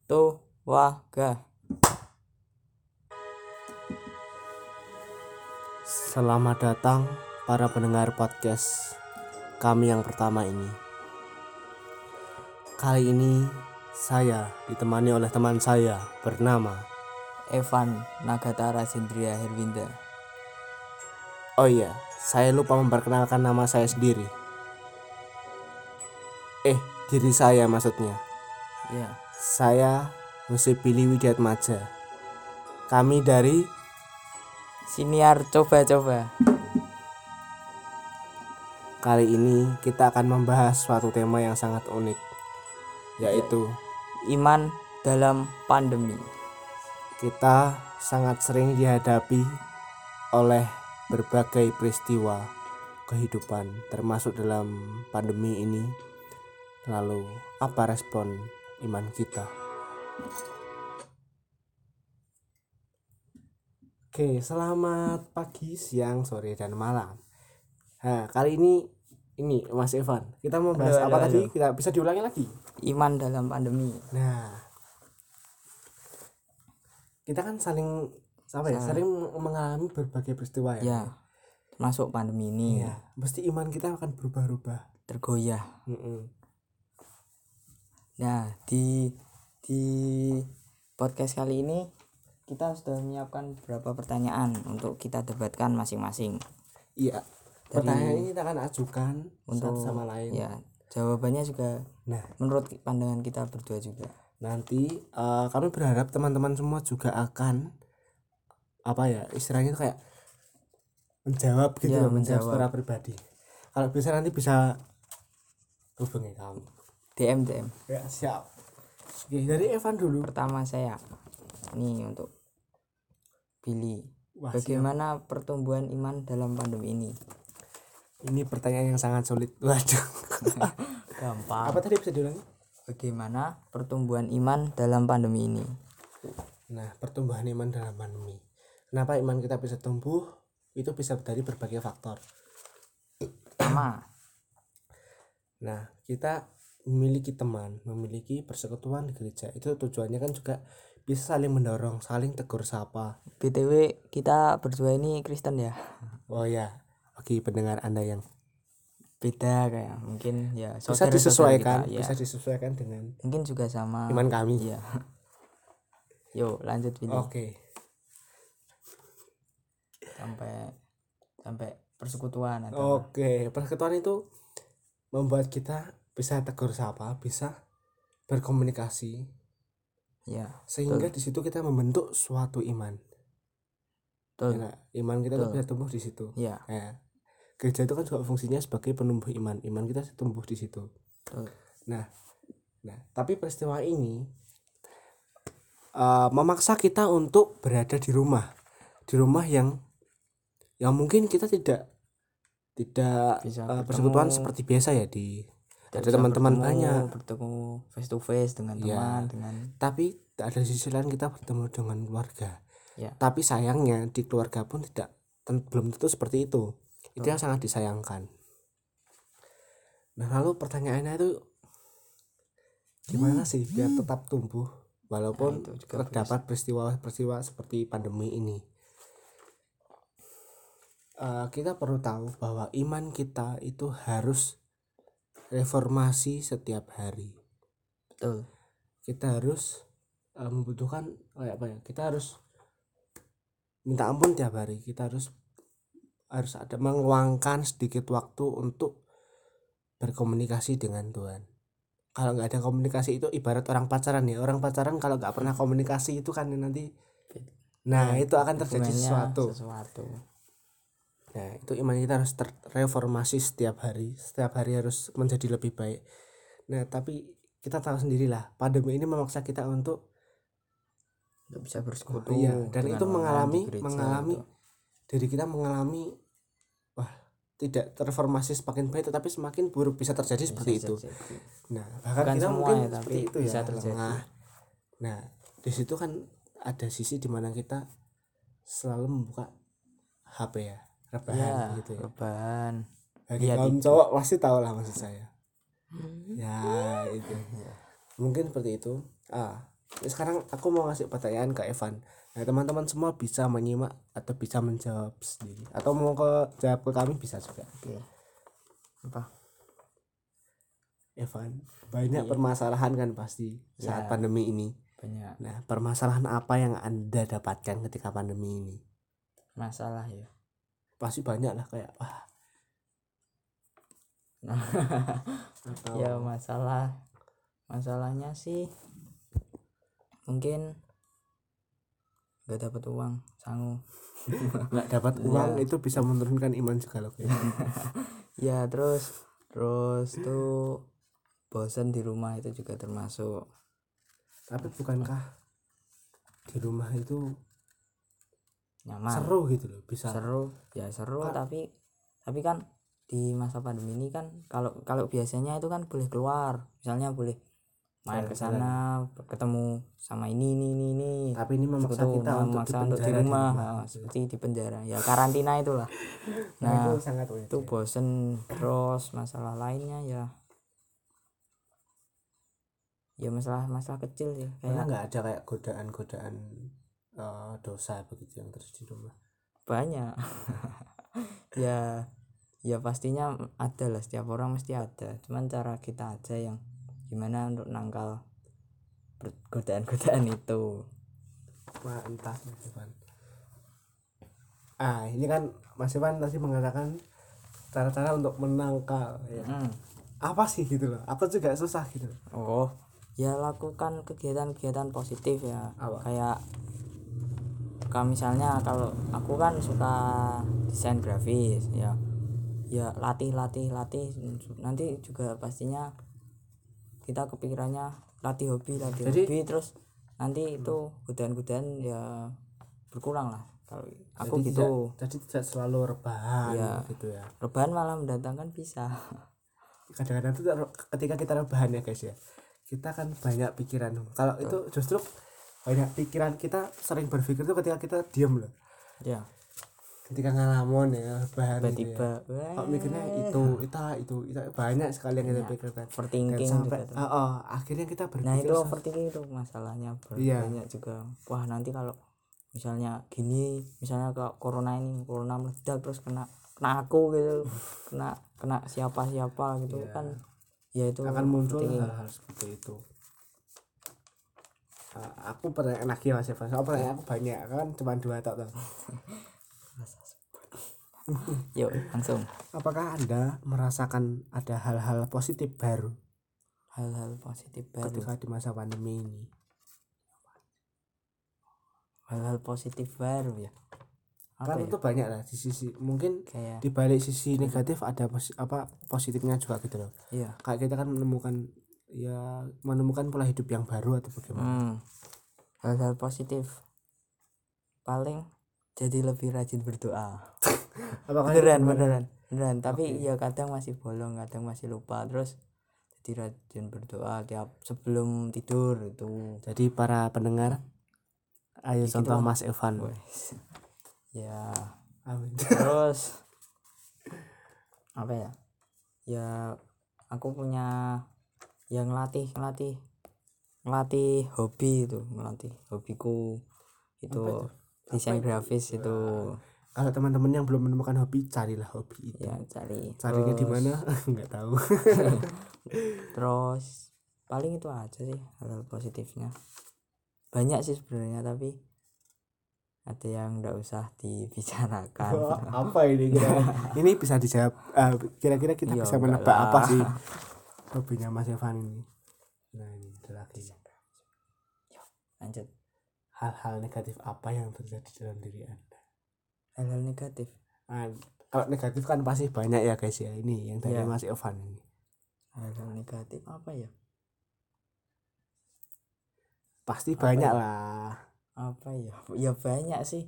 Tuwaga. Selamat datang para pendengar podcast kami yang pertama ini. Kali ini saya ditemani oleh teman saya bernama Evan Nagatara Sindria Herwinda. Oh iya, saya lupa memperkenalkan nama saya sendiri. Diri saya maksudnya. Ya. Saya Jose Billy Widiatmaja. Kami dari Siniar coba-coba. Kali ini kita akan membahas suatu tema yang sangat unik, yaitu Iman dalam pandemi. kita sangat sering dihadapi oleh berbagai peristiwa kehidupan termasuk dalam pandemi ini. Lalu apa respon iman kita? Oke, selamat pagi, siang, sore, dan malam. Nah, kali ini Mas Evan, kita mau bahas apa tadi? Kita bisa diulangi lagi. Iman dalam pandemi. Nah, kita kan sering mengalami berbagai peristiwa Ya. Termasuk pandemi ini. Iya, pasti iman kita akan berubah-ubah, tergoyah. Nah, di podcast kali ini kita sudah menyiapkan beberapa pertanyaan untuk kita debatkan masing-masing. Iya. Pertanyaan ini kita akan ajukan untuk satu sama lain. Ya, jawabannya juga menurut pandangan kita berdua juga. Nanti kami berharap teman-teman semua juga akan istilahnya kayak menjawab gitu Ya, menjawab secara pribadi. Kalau bisa nanti bisa hubungi kamu. DM. Ya, siap. Oke, dari Evan dulu. Pertama saya. Ini untuk Billy. Bagaimana pertumbuhan iman dalam pandemi ini? Ini pertanyaan yang sangat sulit. Waduh. Gampang. Apa tadi bisa diulangi? Bagaimana pertumbuhan iman dalam pandemi ini? Nah, pertumbuhan iman dalam pandemi. Kenapa iman kita bisa tumbuh? Itu bisa dari berbagai faktor. Pertama, nah, kita memiliki teman, memiliki persekutuan di gereja. Itu tujuannya kan juga bisa saling mendorong, saling tegur sapa. BTW kita berdua ini Kristen ya. Oh ya, bagi pendengar Anda yang beda kayak mungkin ya bisa disesuaikan dengan mungkin juga sama iman kami. Ya. Yuk lanjut Billy. Oke. Sampai persekutuan Oke, persekutuan itu membuat kita bisa tegur sapa, bisa berkomunikasi. Ya. Sehingga di situ kita membentuk suatu iman. Ya, iman kita tuh bisa tumbuh di situ. Ya. Gereja itu kan juga fungsinya sebagai penumbuh iman. Iman kita tumbuh di situ. Nah, tapi peristiwa ini memaksa kita untuk berada di rumah yang mungkin kita tidak persekutuan seperti biasa ya, ada teman-teman banyak bertemu face to face dengan teman tapi ada sisi lain kita bertemu dengan keluarga. Tapi sayangnya di keluarga pun belum tentu seperti itu. Itu yang sangat disayangkan. Nah, lalu pertanyaannya itu gimana sih biar tetap tumbuh walaupun terdapat peristiwa seperti pandemi ini. Kita perlu tahu bahwa iman kita itu harus reformasi setiap hari. Betul. Kita harus membutuhkan kita harus minta ampun tiap hari. Kita harus ada meluangkan sedikit waktu untuk berkomunikasi dengan Tuhan. Kalau nggak ada komunikasi itu ibarat orang pacaran ya. Orang pacaran kalau nggak pernah komunikasi itu kan nanti itu akan terjadi sesuatu. Nah, itu iman kita harus terreformasi setiap hari harus menjadi lebih baik. Nah, tapi kita tahu sendirilah pandemi ini memaksa kita untuk nggak bisa bersekutu. Dan itu mengalami diri kita mengalami tidak terreformasi semakin baik tetapi semakin buruk, bisa terjadi seperti itu. Nah, bahkan kita mungkin seperti itu bisa terjadi. Nah, di situ kan ada sisi di mana kita selalu membuka HP ya, rebahan gitu ya. Rebahan. Bagi kaum cowok pasti tahu lah maksud saya. Ya, itu. Mungkin seperti itu. Sekarang aku mau ngasih pertanyaan ke Evan. Nah, teman-teman semua bisa menyimak atau bisa menjawab sendiri atau mau jawab ke kami bisa juga. Oke. Apa? Evan, banyak Iya. permasalahan kan pasti saat Ya, pandemi ini. banyak Nah, permasalahan apa yang Anda dapatkan ketika pandemi ini? masalah ya. Pasti banyak lah kayak atau Ya masalahnya sih mungkin nggak dapat uang sangu. nggak dapat uang Ya. itu bisa menurunkan iman juga loh guys. Ya terus tuh bosan di rumah itu juga termasuk. Tapi bukankah di rumah itu Nyaman, seru gitu loh, bisa seru Kak, tapi kan di masa pandemi ini kan kalau biasanya itu kan boleh keluar, misalnya boleh main ke jalan-jalan. sana ketemu sama ini Tapi ini memaksa betul. kita Nah, untuk memaksa untuk di dipenjara di rumah, rumah nah, gitu. seperti di penjara ya, karantina itulah. Nah, itu Nah sangat unik itu ya. bosen. Terus masalah lainnya ya masalah kecil sih, Pernah kayak nggak ada kayak godaan-godaan dosa begitu yang terjadi di rumah? banyak. Ya pastinya ada lah, setiap orang mesti ada, cuman cara kita aja yang gimana untuk nangkal godaan-godaan itu. Wah, entah Mas Ivan. Ini kan Mas Ivan tadi mengatakan cara-cara untuk menangkal ya. Apa sih gitu loh? Aku juga susah gitu loh. Oh ya, lakukan kegiatan-kegiatan positif ya. Apa? Kayak misalnya kalau aku kan suka desain grafis ya, latih nanti juga pastinya kita kepikirannya latih hobi Jadi terus nanti itu godaan-godaan ya berkurang lah kalau aku jadi gitu. tidak selalu rebahan Ya gitu ya. rebahan malah mendatangkan bisa. Kadang-kadang tuh ketika kita rebahan ya guys ya, kita kan banyak pikiran. Kalau itu justru banyak pikiran kita sering berpikir tuh ketika kita diam loh. Ya Ketika ngalamun ya rebahan gitu ya. tiba-tiba Kalau mikirnya itu banyak sekali yang kita banyak pikirkan dan overthinking sampai juga tuh. akhirnya kita Nah berpikir itu overthinking itu masalahnya iya. banyak juga. Wah nanti kalau misalnya gini, misalnya ke corona meledak terus kena aku gitu, kena siapa gitu Iya. kan ya, itu Akan muncul overthinking. hal-hal seperti itu. Aku pertanyaan lagi Mas Evan. Soal pertanyaan aku banyak kan cuma 2 tok. Yuk langsung. Apakah Anda merasakan ada hal-hal positif baru Hal-hal positif baru. ketika di masa pandemi ini? Hal-hal positif baru ya. Apa Kan ya? itu banyak lah di sisi mungkin Kayak di balik sisi negatif ada positifnya juga gitu loh. iya. Kayak kita kan menemukan pola hidup yang baru atau bagaimana. Hal-hal positif paling jadi lebih rajin berdoa. Apakah itu beneran tapi Oke. ya kadang masih bolong, kadang masih lupa. Terus jadi rajin berdoa tiap sebelum tidur itu. Jadi para pendengar, ayo Ya contoh gitulah. Mas Evan. Wes. Ya Amin. terus apa ya, ya aku punya yang ngelatih hobi itu, ngelatih hobiku itu desain grafis itu. Kalau teman-teman yang belum menemukan hobi, carilah hobi itu. Ya Carinya di mana? Nggak tahu. Terus paling itu aja sih hal positifnya. Banyak sih sebenarnya tapi ada yang nggak usah dibicarakan. Apa ini kira? Ini bisa dijawab. Kira-kira kita Iya, bisa enggak menebak apa lah. sih hobinya Mas Evan ini? Nah ini ada lagi. Lanjut. Hal-hal negatif apa yang terjadi dalam diri Anda? Hal-hal negatif. Kalau negatif kan pasti banyak ya guys ya. Ini yang dari Ya. Mas Evan ini. Hal-hal negatif apa ya? Pasti Apa banyak ya? lah. Apa ya? Ya banyak sih.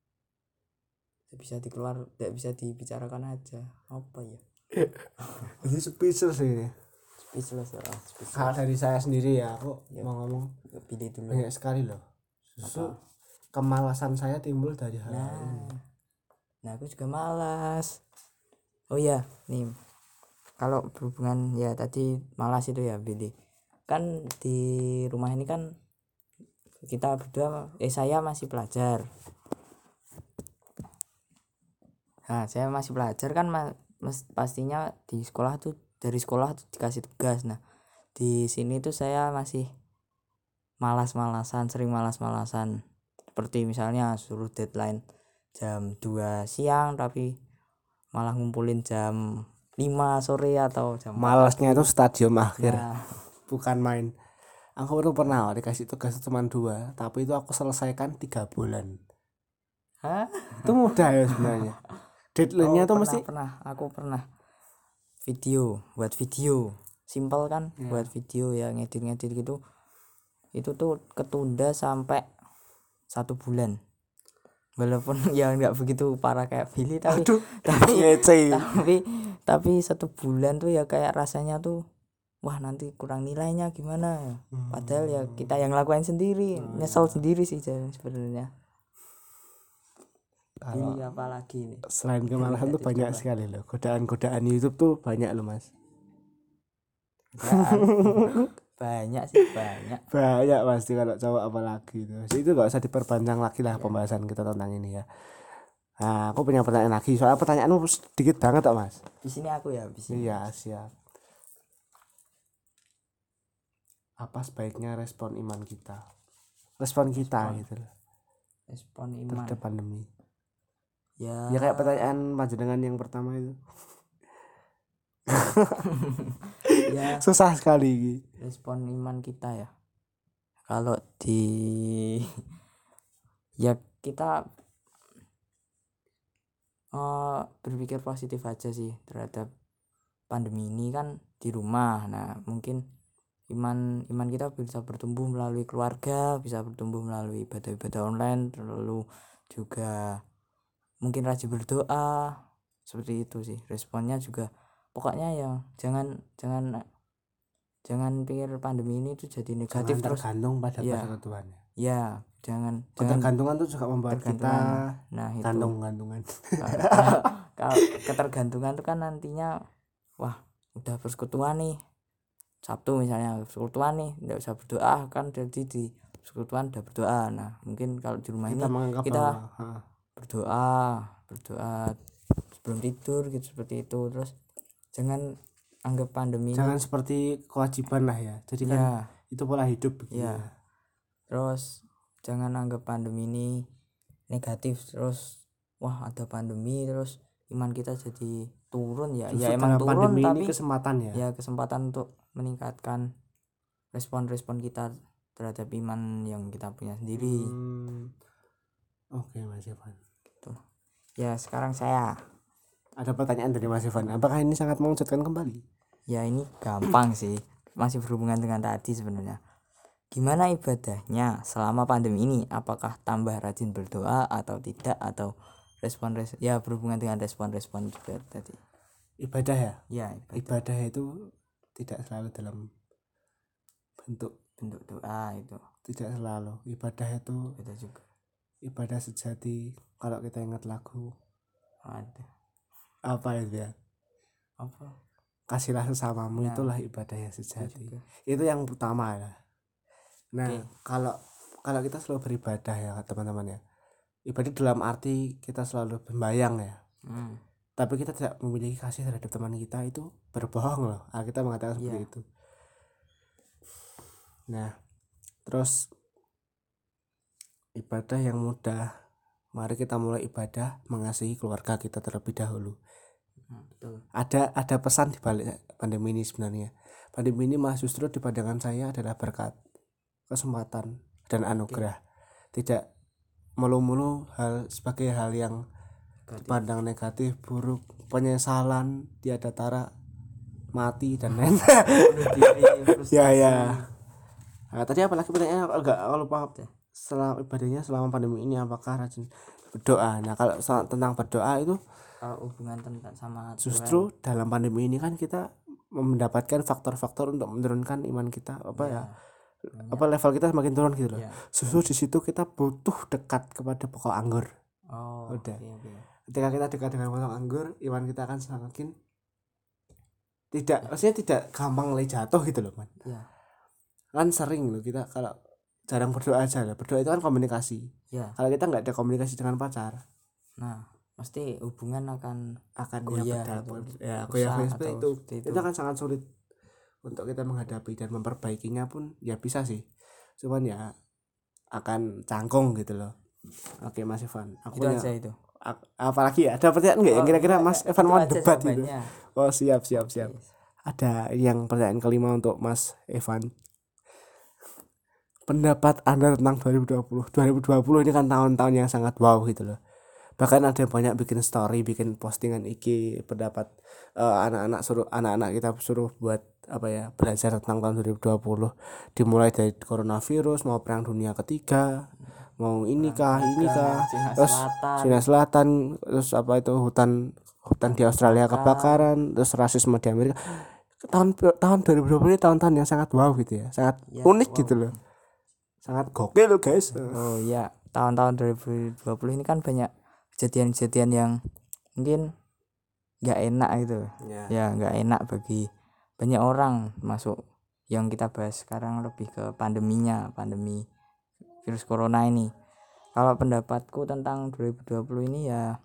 Tidak bisa dibicarakan aja. Apa ya? Ini speechless ini. Speechless. Kalau dari saya sendiri ya, aku mau ngomong Pilih dulu. banyak sekali loh. Justru kemalasan saya timbul dari hal ini. Nah aku juga malas. Oh ya nih, kalau berhubungan ya tadi malas itu ya Billy, kan di rumah ini kan kita berdua saya masih pelajar. Nah, saya masih pelajar kan pastinya di sekolah tuh, dari sekolah tuh dikasih tugas. Nah, di sini tuh saya masih sering malas-malasan. Seperti misalnya suruh deadline jam 2 siang tapi malah ngumpulin jam 5 sore atau jam 4 malasnya pagi. itu stadium akhir. Nah, Bukan main. Aku baru pernah dikasih tugas cuma 2, tapi itu aku selesaikan 3 bulan. hah? Itu mudah ya sebenarnya. Deadline-nya tuh mesti Aku pernah buat video simpel kan. Buat video ya, ngedit gitu, itu tuh ketunda sampai 1 bulan, walaupun ya nggak begitu parah kayak Billy, tapi ngece. tapi 1 bulan tuh ya kayak rasanya tuh wah nanti kurang nilainya gimana. Padahal ya kita yang ngelakuin sendiri, nyesel sendiri sih sebenarnya. Billy apalagi nih, Selain kemalasan tuh banyak sekali loh. Godaan YouTube tuh banyak loh Mas. banyak sih, banyak Pasti kalau cowok apalagi itu. Itu gak usah diperpanjang lagi lah pembahasan kita tentang ini ya. Nah, aku punya pertanyaan lagi. Soalnya pertanyaanmu sedikit banget kok Mas. di sini aku ya di sini. Iya, siap. Apa sebaiknya respon iman kita? Respon kita gitu loh. Respon iman Terhadap pandemi. ya Ya kayak pertanyaan panjenengan yang pertama itu. ya Susah sekali. respon iman kita ya, kalau ya kita berpikir positif aja sih terhadap pandemi ini kan di rumah. Nah, mungkin iman kita bisa bertumbuh melalui keluarga, bisa bertumbuh melalui ibadah-ibadah online, lalu juga mungkin rajin berdoa. Seperti itu sih responnya juga. Pokoknya ya jangan pikir pandemi ini tuh jadi negatif Jangan terus. tergantung pada Ya. Tuhan. Ya, jangan Ketergantungan tuh juga membuat kita nah itu gantung-gantungan. kalau ketergantungan tuh kan nantinya wah udah persekutuan nih, Sabtu misalnya persekutuan nih, nggak usah berdoa kan, jadi di persekutuan udah berdoa. Nah, mungkin kalau di rumah Kita ini menganggap kita bahwa berdoa sebelum tidur gitu, seperti itu. Terus jangan anggap pandemi jangan ini seperti kewajiban lah ya. Jadi kan ya itu pola hidup begitu. ya. Terus jangan anggap pandemi ini negatif, terus wah ada pandemi terus iman kita jadi turun ya. Justru Ya emang dalam turun, pandemi tapi ini kesempatan ya. ya kesempatan untuk meningkatkan respon kita terhadap iman yang kita punya sendiri. Oke Mas Evan. Gitu. Ya sekarang saya Ada pertanyaan dari Mas Evan. Apakah ini sangat mengejutkan kembali? ya ini gampang sih, masih berhubungan dengan tadi sebenarnya. Gimana ibadahnya selama pandemi ini? Apakah tambah rajin berdoa atau tidak, atau ya berhubungan dengan respon juga tadi. Ibadah ya? Ya, Ibadah itu tidak selalu dalam bentuk doa itu. Tidak selalu. Ibadah itu Beda juga. ibadah sejati. Kalau kita ingat lagu Ada. apa itu ya? Apa? Kasihlah sesamamu, Nah, itulah ibadah yang sejati. juga. Itu yang utama lah. Nah, Oke. kalau kita selalu beribadah ya teman-teman ya. Ibadah dalam arti kita selalu membayang ya. Tapi kita tidak memiliki kasih terhadap teman kita, itu berbohong loh. Kita mengatakan seperti itu. Nah, terus ibadah yang mudah. Mari kita mulai ibadah mengasihi keluarga kita terlebih dahulu. Betul. Ada pesan di balik pandemi ini sebenarnya. Pandemi ini malah justru di pandangan saya adalah berkat, kesempatan dan anugerah. Tidak mulu-mulu sebagai hal yang dipandang negatif, buruk, penyesalan, tiada tara, mati dan lain. Ya. Nah, tadi apalagi pertanyaannya agak lupa. Setelah ibadahnya selama pandemi ini apakah rajin berdoa? Nah, kalau tentang berdoa itu kalau hubungan sama justru dalam pandemi ini kan kita mendapatkan faktor-faktor untuk menurunkan iman kita, level kita semakin turun gitu loh. Justru di situ kita butuh dekat kepada pokok anggur. Udah. Ketika kita dekat dengan pokok anggur, iman kita akan semakin maksudnya tidak gampang jatuh gitu loh, Man. Kan sering loh kita kalau jarang berdoa aja lah. Berdoa itu kan komunikasi. Ya, Kalau kita nggak ada komunikasi dengan pacar, nah pasti hubungan akan ya goyah berdampak atau ya rusak goyah atau itu. seperti itu. Itu akan sangat sulit untuk kita menghadapi, dan memperbaikinya pun ya bisa sih, cuman ya akan canggung gitu loh. Oke Mas Evan, aku Itu punya aja itu. apalagi ya, ada pertanyaan nggak yang kira-kira enggak, Mas Evan itu mau aja debat gitu? jawabannya. Oh siap. Oke. Ada yang pertanyaan kelima untuk Mas Evan. Pendapat Anda tentang 2020 ini kan tahun-tahun yang sangat wow gitu loh. Bahkan ada yang banyak bikin story, bikin postingan IG pendapat, anak-anak kita suruh buat apa ya, belajar tentang tahun 2020, dimulai dari coronavirus, mau perang dunia ketiga, mau ini kah, Cina terus Selatan, Cina Selatan, terus apa itu hutan di Australia kebakaran, terus rasisme di Amerika. Tahun 2020 ini tahun-tahun yang sangat wow gitu ya, sangat ya, unik wow. gitu loh, sangat gokil loh guys. Oh ya, tahun-tahun 2020 ini kan banyak kejadian-kejadian yang mungkin nggak enak gitu. Ya nggak enak bagi banyak orang, masuk yang kita bahas sekarang lebih ke pandemi virus corona ini. Kalau pendapatku tentang 2020 ini ya,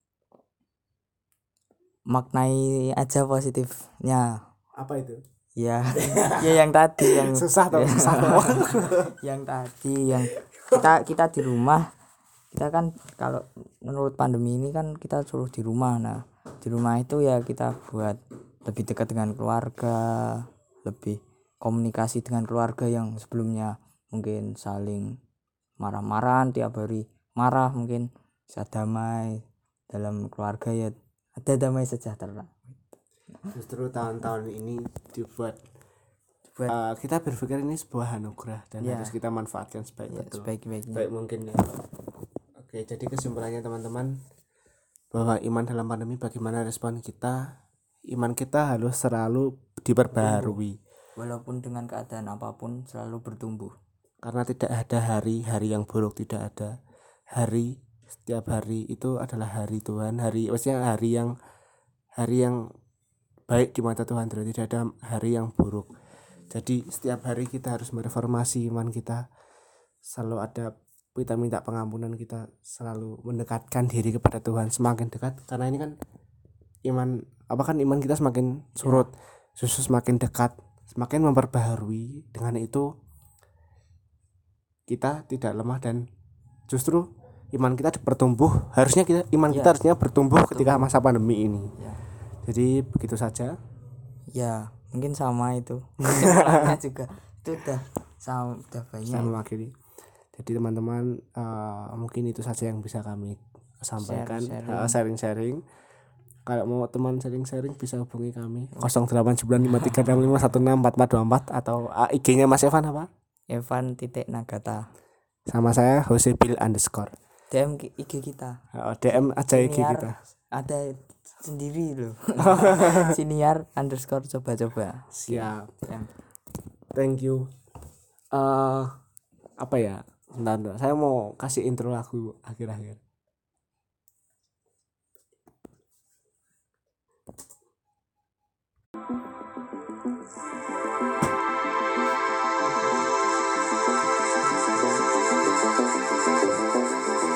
maknai aja positifnya. Apa itu? Ya ya yang tadi yang susah toh. yang tadi yang kita di rumah. Kita kan kalau menurut pandemi ini kan kita suruh di rumah. Nah di rumah itu ya kita buat lebih dekat dengan keluarga, lebih komunikasi dengan keluarga yang sebelumnya mungkin saling marah-marahan tiap hari, marah, mungkin bisa damai dalam keluarga, ya ada damai sejahtera. Justru tahun-tahun ini dibuat Buat kita berpikir ini sebuah anugerah dan Ya. harus kita manfaatkan sebaik-baiknya. baik mungkin ya. Oke, jadi kesimpulannya teman-teman, bahwa iman dalam pandemi, bagaimana respon kita, iman kita harus selalu diperbaharui, Walaupun dengan keadaan apapun selalu bertumbuh. karena tidak ada hari-hari yang buruk, tidak ada setiap hari itu adalah hari Tuhan, maksudnya hari yang baik di mata Tuhan, tidak ada hari yang buruk. Jadi setiap hari kita harus mereformasi iman kita, selalu ada, kita minta pengampunan, kita selalu mendekatkan diri kepada Tuhan semakin dekat, karena ini kan iman kita semakin surut, justru semakin dekat, semakin memperbaharui. Dengan itu kita tidak lemah, dan justru iman kita bertumbuh. Harusnya kita harusnya bertumbuh ketika masa pandemi ini. Jadi begitu saja. Ya mungkin sama itu. Kesimpulannya juga itu udah banyak. Saya mewakili. Jadi teman-teman, mungkin itu saja yang bisa kami sampaikan, sharing. Kalau mau teman sharing bisa hubungi kami 089536516444, atau IG-nya Mas Evan apa? Evan.Nagata. Sama saya Hosebil_. DM IG kita. DM aja IG kita. Ada sendiri loh. Siniar_ coba-coba. Siap. DM. Thank you. Apa ya? Bentar, saya mau kasih intro lagu akhir-akhir.